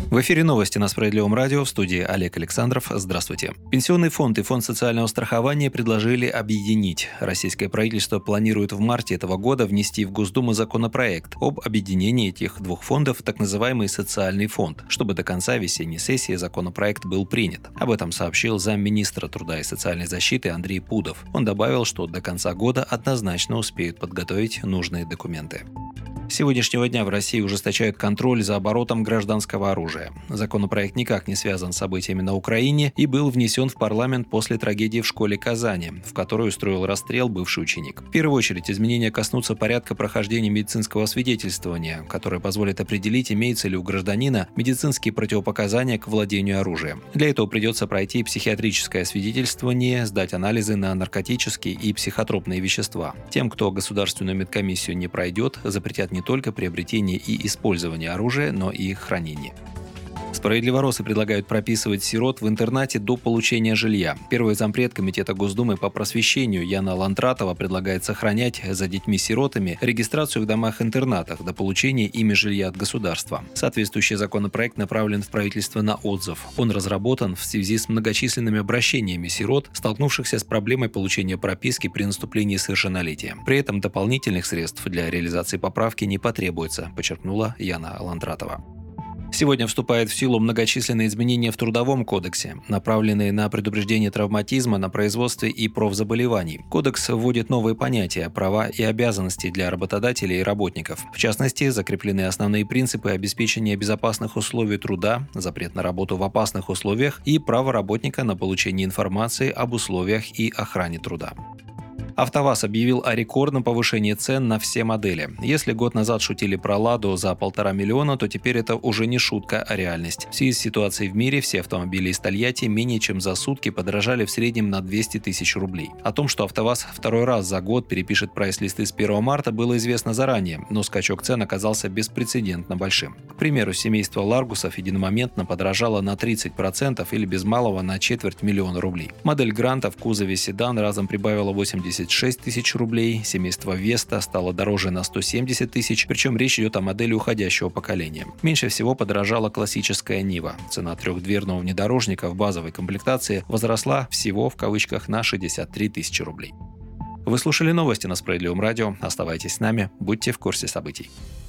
В эфире новости на Справедливом радио, в студии Олег Александров. Здравствуйте. Пенсионный фонд и фонд социального страхования предложили объединить. Российское правительство планирует в марте этого года внести в Госдуму законопроект об объединении этих двух фондов в так называемый социальный фонд, чтобы до конца весенней сессии законопроект был принят. Об этом сообщил замминистра труда и социальной защиты Андрей Пудов. Он добавил, что до конца года однозначно успеют подготовить нужные документы. С сегодняшнего дня в России ужесточают контроль за оборотом гражданского оружия. Законопроект никак не связан с событиями на Украине и был внесен в парламент после трагедии в школе Казани, в которой устроил расстрел бывший ученик. В первую очередь изменения коснутся порядка прохождения медицинского освидетельствования, которое позволит определить, имеются ли у гражданина медицинские противопоказания к владению оружием. Для этого придется пройти психиатрическое освидетельствование, сдать анализы на наркотические и психотропные вещества. Тем, кто государственную медкомиссию не пройдет, запретят не только приобретение и использование оружия, но и их хранение. Справедливоросы предлагают прописывать сирот в интернате до получения жилья. Первый зампред Комитета Госдумы по просвещению Яна Лантратова предлагает сохранять за детьми-сиротами регистрацию в домах-интернатах до получения ими жилья от государства. Соответствующий законопроект направлен в правительство на отзыв. Он разработан в связи с многочисленными обращениями сирот, столкнувшихся с проблемой получения прописки при наступлении совершеннолетия. При этом дополнительных средств для реализации поправки не потребуется, подчеркнула Яна Лантратова. Сегодня вступают в силу многочисленные изменения в Трудовом кодексе, направленные на предупреждение травматизма на производстве и профзаболеваний. Кодекс вводит новые понятия, права и обязанности для работодателей и работников. В частности, закреплены основные принципы обеспечения безопасных условий труда, запрет на работу в опасных условиях и право работника на получение информации об условиях и охране труда. АвтоВАЗ объявил о рекордном повышении цен на все модели. Если год назад шутили про «Ладу» за 1,5 миллиона, то теперь это уже не шутка, а реальность. В связи с ситуацией в мире все автомобили из Тольятти менее чем за сутки подорожали в среднем на 200 тысяч рублей. О том, что АвтоВАЗ второй раз за год перепишет прайс-листы с 1 марта, было известно заранее, но скачок цен оказался беспрецедентно большим. К примеру, семейство Ларгусов единомоментно подорожало на 30% или без малого на 250 000 рублей. Модель Гранта в кузове седан разом прибавила 86 тысяч рублей, семейство Веста стало дороже на 170 тысяч, причем речь идет о модели уходящего поколения. Меньше всего подорожала классическая Нива. Цена трехдверного внедорожника в базовой комплектации возросла всего в кавычках на 63 тысячи рублей. Вы слушали новости на Справедливом радио. Оставайтесь с нами, будьте в курсе событий.